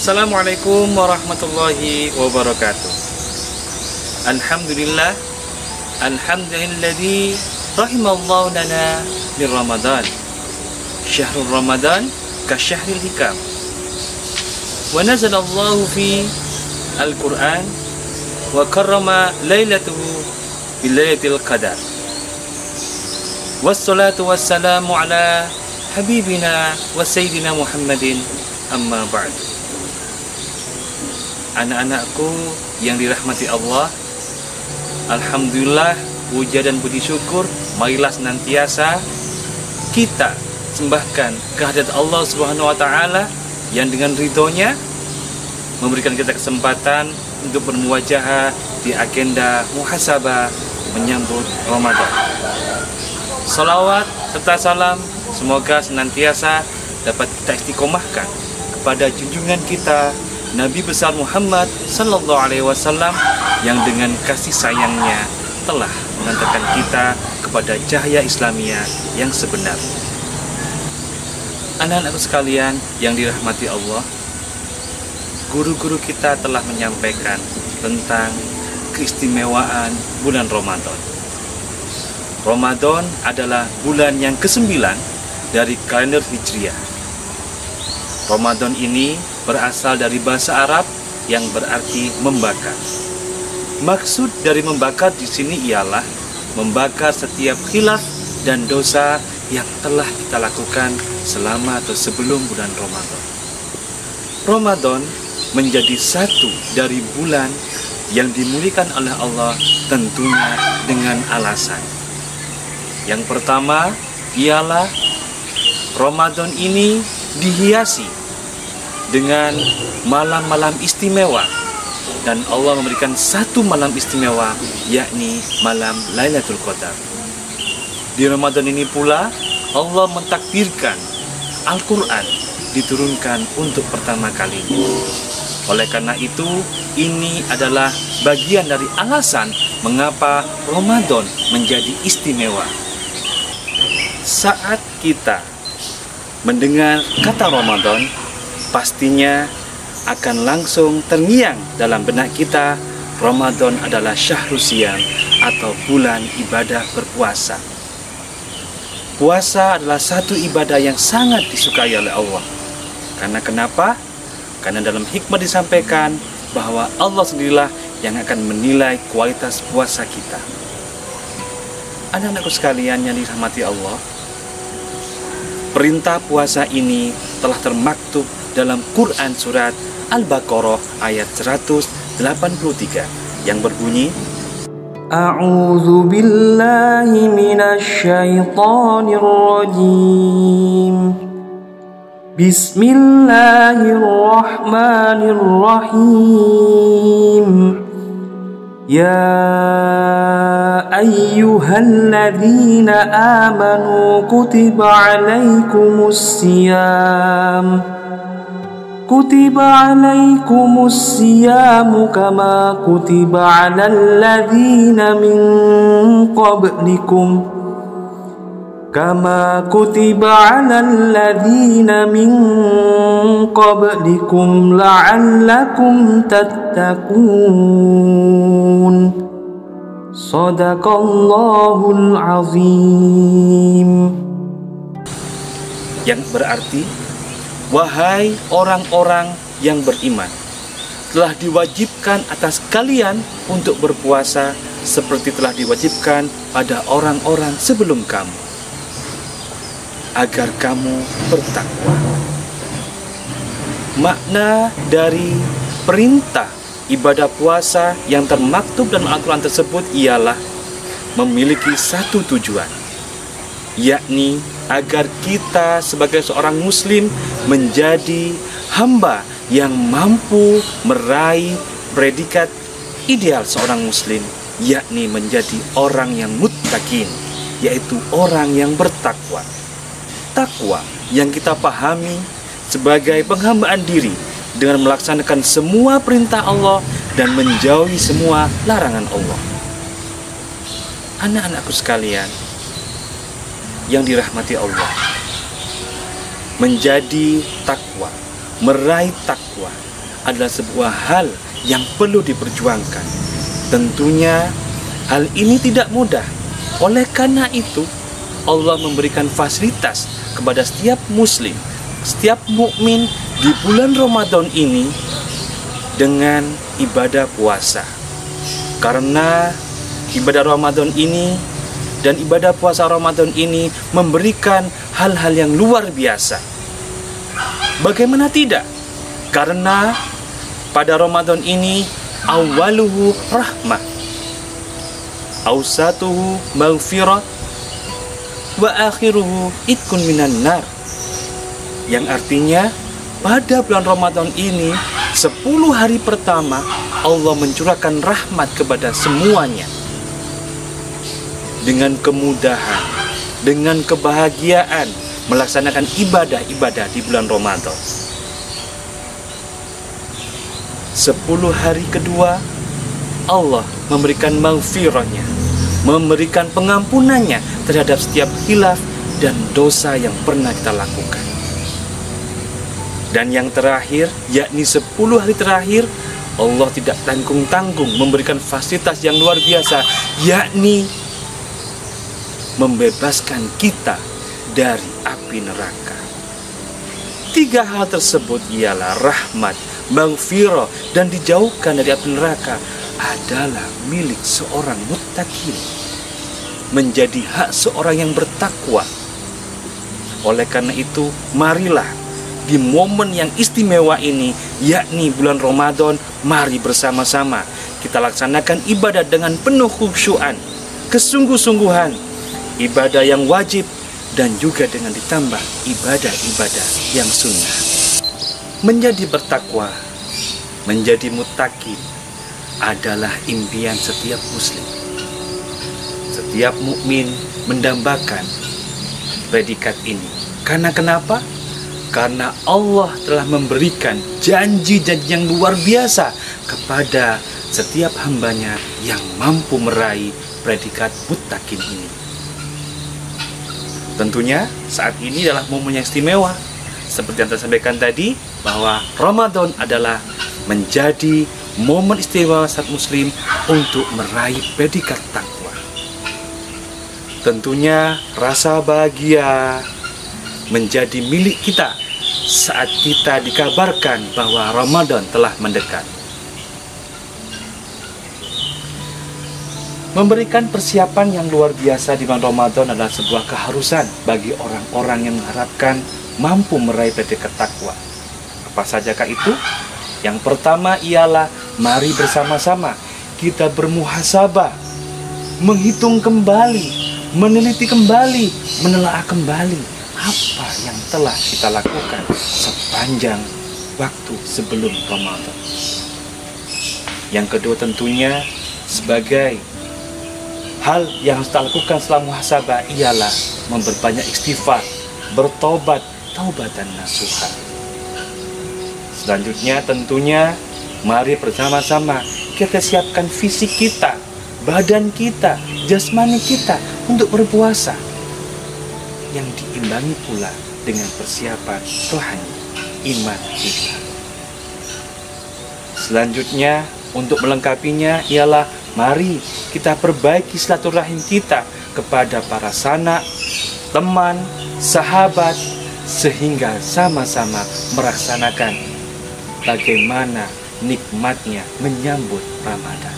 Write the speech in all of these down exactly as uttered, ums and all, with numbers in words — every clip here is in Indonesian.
Assalamualaikum warahmatullahi wabarakatuh. Alhamdulillah, alhamdulilladzi rahimallahu lana min Ramadan. Syahrul Ramadan ka syahril hikam. Wa nazalallahu fi Al-Quran wa karrama lailatuhu bil lailatul qadar. Wassalatu wassalamu ala habibina wa sayyidina Muhammadin, amma ba'du. Anak-anakku yang dirahmati Allah, alhamdulillah, puja dan puji syukur marilah senantiasa kita sembahkan kehadirat Allah Subhanahu wa taala yang dengan ridhonya memberikan kita kesempatan untuk bermuwajahah di agenda muhasabah menyambut Ramadan. Salawat serta salam semoga senantiasa dapat kita istiqomahkan kepada junjungan kita Nabi besar Muhammad sallallahu alaihi wasallam yang dengan kasih sayangnya telah mengantarkan kita kepada cahaya Islamiyah yang sebenar. Anak-anakku sekalian yang dirahmati Allah, guru-guru kita telah menyampaikan tentang keistimewaan bulan Ramadan. Ramadan adalah bulan yang kesembilan dari kalender Hijriah. Ramadan ini berasal dari bahasa Arab yang berarti membakar. Maksud dari membakar di sini ialah membakar setiap khilaf dan dosa yang telah kita lakukan selama atau sebelum bulan Ramadan. Ramadan menjadi satu dari bulan yang dimuliakan oleh Allah tentunya dengan alasan. Yang pertama ialah Ramadan ini dihiasi dengan malam-malam istimewa, dan Allah memberikan satu malam istimewa, yakni malam Lailatul Qadar. Di Ramadan ini pula Allah mentakdirkan Al-Quran diturunkan untuk pertama kalinya. Oleh karena itu, ini adalah bagian dari alasan mengapa Ramadan menjadi istimewa. Saat kita mendengar kata Ramadan, pastinya akan langsung terngiang dalam benak kita, Ramadan adalah syahrul siyam atau bulan ibadah berpuasa. Puasa adalah satu ibadah yang sangat disukai oleh Allah. Karena kenapa? Karena dalam hikmah disampaikan bahwa Allah sendirilah yang akan menilai kualitas puasa kita. Anak-anakku sekalian yang dirahmati Allah, perintah puasa ini telah termaktub dalam Quran surat Al-Baqarah ayat seratus delapan puluh tiga yang berbunyi, A'udzu billahi minasy syaithanir rajim. Bismillahirrahmanirrahim. Ya ayyuhalladzina amanu kutiba alaikumus siyam Kutiba alaikumus siyamu kama kutiba alal ladzina min qablikum kama kutiba alal ladzina min qablikum la'allakum tattaqun. Shadaqallahul azim. Yang berarti, wahai orang-orang yang beriman, telah diwajibkan atas kalian untuk berpuasa seperti telah diwajibkan pada orang-orang sebelum kamu, agar kamu bertakwa. Makna dari perintah ibadah puasa yang termaktub dalam Al-Quran tersebut ialah memiliki satu tujuan, yakni agar kita sebagai seorang muslim menjadi hamba yang mampu meraih predikat ideal seorang muslim, yakni menjadi orang yang muttaqin, yaitu orang yang bertakwa. Takwa yang kita pahami sebagai penghambaan diri dengan melaksanakan semua perintah Allah dan menjauhi semua larangan Allah. Anak-anakku sekalian yang dirahmati Allah, menjadi takwa, meraih takwa adalah sebuah hal yang perlu diperjuangkan. Tentunya hal ini tidak mudah. Oleh karena itu, Allah memberikan fasilitas kepada setiap muslim, setiap mukmin di bulan Ramadan ini dengan ibadah puasa. Karena ibadah Ramadan ini dan ibadah puasa Ramadan ini memberikan hal-hal yang luar biasa. Bagaimana tidak? Karena pada Ramadan ini awaluhu rahmah, awsatuhu maghfirah, wa akhiruhu itkun minan nar. Yang artinya pada bulan Ramadan ini sepuluh hari pertama Allah mencurahkan rahmat kepada semuanya. Dengan kemudahan, dengan kebahagiaan melaksanakan ibadah-ibadah di bulan Ramadan. Sepuluh hari kedua Allah memberikan maghfirahnya, memberikan pengampunannya terhadap setiap khilaf dan dosa yang pernah kita lakukan. Dan yang terakhir, yakni sepuluh hari terakhir, Allah tidak tanggung-tanggung memberikan fasilitas yang luar biasa, yakni membebaskan kita dari api neraka. Tiga hal tersebut ialah rahmat, maghfirah, dan dijauhkan dari api neraka adalah milik seorang muttaqin, menjadi hak seorang yang bertakwa. Oleh karena itu, marilah di momen yang istimewa ini, yakni bulan Ramadan, mari bersama-sama kita laksanakan ibadah dengan penuh khusyuan, kesungguh-sungguhan, ibadah yang wajib, dan juga dengan ditambah ibadah-ibadah yang sunnah. Menjadi bertakwa, menjadi muttaqin adalah impian setiap muslim. Setiap mukmin mendambakan predikat ini. Karena kenapa? Karena Allah telah memberikan janji-janji yang luar biasa kepada setiap hambanya yang mampu meraih predikat muttaqin ini. Tentunya saat ini adalah momen yang istimewa. Seperti yang saya sampaikan tadi, bahwa Ramadan adalah menjadi momen istimewa saat muslim untuk meraih predikat takwa. Tentunya rasa bahagia menjadi milik kita saat kita dikabarkan bahwa Ramadan telah mendekat. Memberikan persiapan yang luar biasa di bulan Ramadan adalah sebuah keharusan bagi orang-orang yang mengharapkan mampu meraih predikat takwa. Apa sajakah itu? Yang pertama ialah mari bersama-sama kita bermuhasabah, menghitung kembali, meneliti kembali, menelaah kembali apa yang telah kita lakukan sepanjang waktu sebelum Ramadan. Yang kedua tentunya sebagai hal yang harus kita lakukan setelah muhasabah ialah memperbanyak istighfar, bertobat, taubatan nasuha. Selanjutnya tentunya mari bersama-sama kita siapkan fisik kita, badan kita, jasmani kita untuk berpuasa, yang diimbangi pula dengan persiapan rohani iman kita. Selanjutnya untuk melengkapinya ialah mari kita perbaiki silaturahim kita kepada para sanak, teman, sahabat, sehingga sama-sama merasakan bagaimana nikmatnya menyambut Ramadan.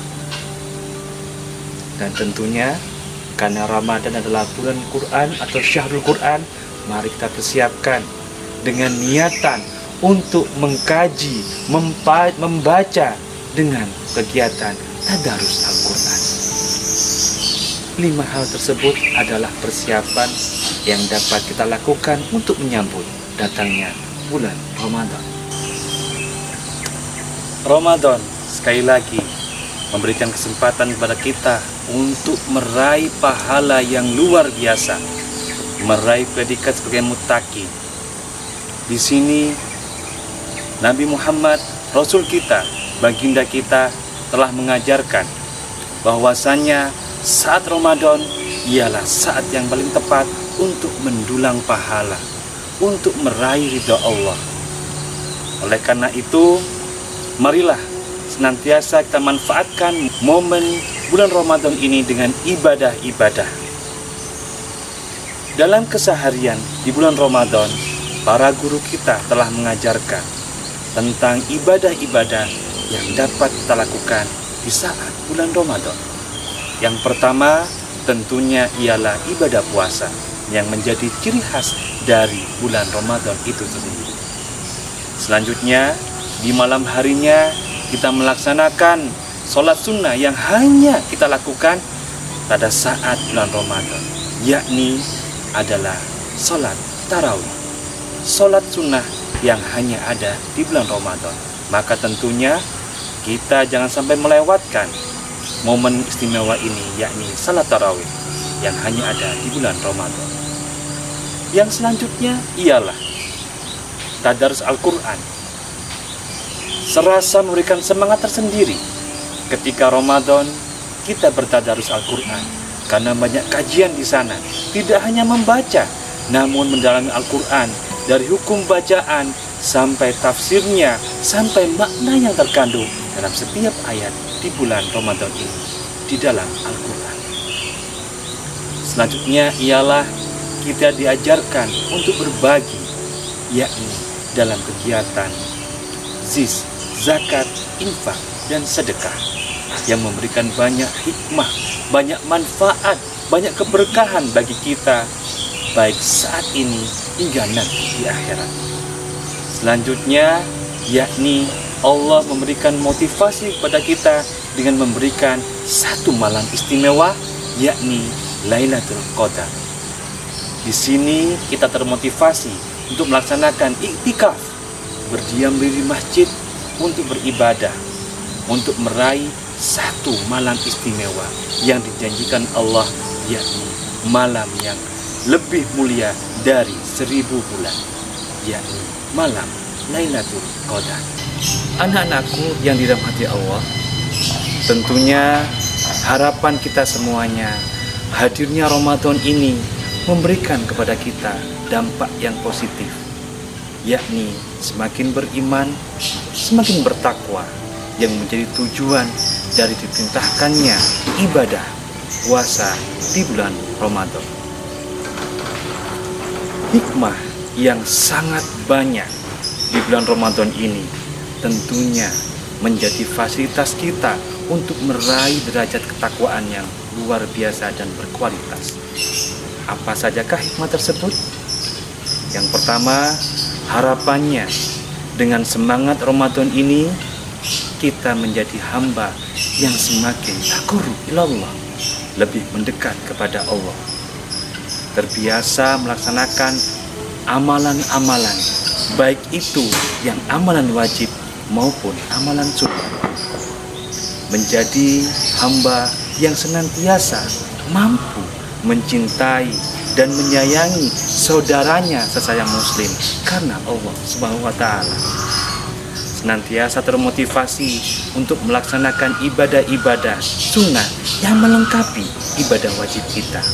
Dan tentunya karena Ramadan adalah bulan Quran atau Syahrul Quran, mari kita persiapkan dengan niatan untuk mengkaji, membaca dengan kegiatan tadarus Al-Quran. Lima hal tersebut adalah persiapan yang dapat kita lakukan untuk menyambut datangnya bulan Ramadan. Ramadan sekali lagi memberikan kesempatan kepada kita untuk meraih pahala yang luar biasa, meraih predikat sebagai muttaqin. Di sini Nabi Muhammad, Rasul kita, baginda kita, telah mengajarkan bahwasannya saat Ramadan ialah saat yang paling tepat untuk mendulang pahala, untuk meraih ridha Allah. Oleh karena itu, marilah senantiasa kita manfaatkan momen bulan Ramadan ini dengan ibadah-ibadah. Dalam keseharian di bulan Ramadan, para guru kita telah mengajarkan tentang ibadah-ibadah yang dapat kita lakukan di saat bulan Ramadan. Yang pertama tentunya ialah ibadah puasa yang menjadi ciri khas dari bulan Ramadan itu sendiri. Selanjutnya, di malam harinya kita melaksanakan sholat sunnah yang hanya kita lakukan pada saat bulan Ramadan, yakni adalah sholat tarawih, sholat sunnah yang hanya ada di bulan Ramadan. Maka tentunya kita jangan sampai melewatkan momen istimewa ini, yakni sholat tarawih yang hanya ada di bulan Ramadan. Yang selanjutnya ialah tadarus Al-Quran. Serasa memberikan semangat tersendiri ketika Ramadan kita bertadarus Al-Quran, karena banyak kajian di sana. Tidak hanya membaca, namun mendalami Al-Quran dari hukum bacaan sampai tafsirnya, sampai makna yang terkandung dalam setiap ayat di bulan Ramadan ini di dalam Al-Quran. Selanjutnya ialah kita diajarkan untuk berbagi, yakni dalam kegiatan zis, zakat, infak, dan sedekah yang memberikan banyak hikmah, banyak manfaat, banyak keberkahan bagi kita baik saat ini hingga nanti di akhirat. Selanjutnya yakni Allah memberikan motivasi kepada kita dengan memberikan satu malam istimewa, yakni Lailatul Qadar. Di sini kita termotivasi untuk melaksanakan iktikaf, berdiam diri di masjid untuk beribadah, untuk meraih satu malam istimewa yang dijanjikan Allah, yakni malam yang lebih mulia dari seribu bulan, yakni malam Lailatul Qadar. Anak-anakku yang dirahmati Allah, tentunya harapan kita semuanya hadirnya Ramadan ini memberikan kepada kita dampak yang positif, yakni semakin beriman, semakin bertakwa, yang menjadi tujuan dari diperintahkannya ibadah puasa di bulan Ramadan. Hikmah yang sangat banyak di bulan Ramadan ini tentunya menjadi fasilitas kita untuk meraih derajat ketakwaan yang luar biasa dan berkualitas. Apa sajakah hikmah tersebut? Yang pertama, harapannya dengan semangat Ramadan ini kita menjadi hamba yang semakin taqarrub ilallah, lebih mendekat kepada Allah, terbiasa melaksanakan amalan-amalan, baik itu yang amalan wajib maupun amalan sunnah, menjadi hamba yang senantiasa mampu mencintai dan menyayangi saudaranya sesayang muslim karena Allah Subhanahu wa taala. Senantiasa termotivasi untuk melaksanakan ibadah-ibadah sunnah yang melengkapi ibadah wajib kita.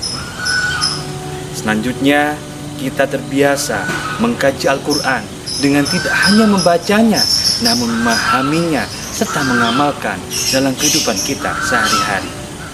Selanjutnya, kita terbiasa mengkaji Al-Quran dengan tidak hanya membacanya, namun memahaminya serta mengamalkan dalam kehidupan kita sehari-hari.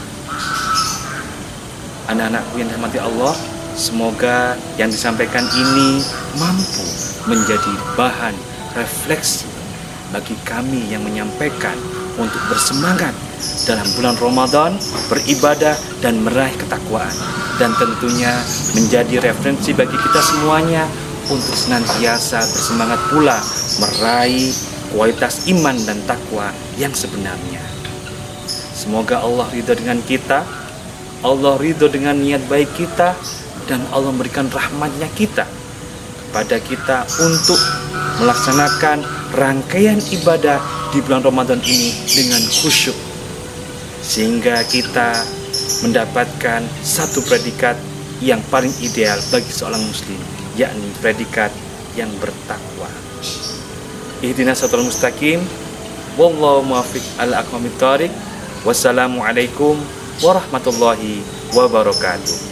Anak-anakku yang dirahmati Allah, semoga yang disampaikan ini mampu menjadi bahan refleksi bagi kami yang menyampaikan untuk bersemangat dalam bulan Ramadan, beribadah dan meraih ketakwaan, dan tentunya menjadi referensi bagi kita semuanya untuk senantiasa bersemangat pula meraih kualitas iman dan takwa yang sebenarnya. Semoga Allah ridho dengan kita, Allah ridho dengan niat baik kita, dan Allah memberikan rahmatnya kita kepada kita untuk melaksanakan rangkaian ibadah di bulan Ramadan ini dengan khusyuk, sehingga kita mendapatkan satu predikat yang paling ideal bagi seorang muslim, yakni predikat yang bertakwa. Ihdinas siratal mustaqim, wallahu muwaffiq ala aqwamit thoriq. Wassalamualaikum warahmatullahi wabarakatuh.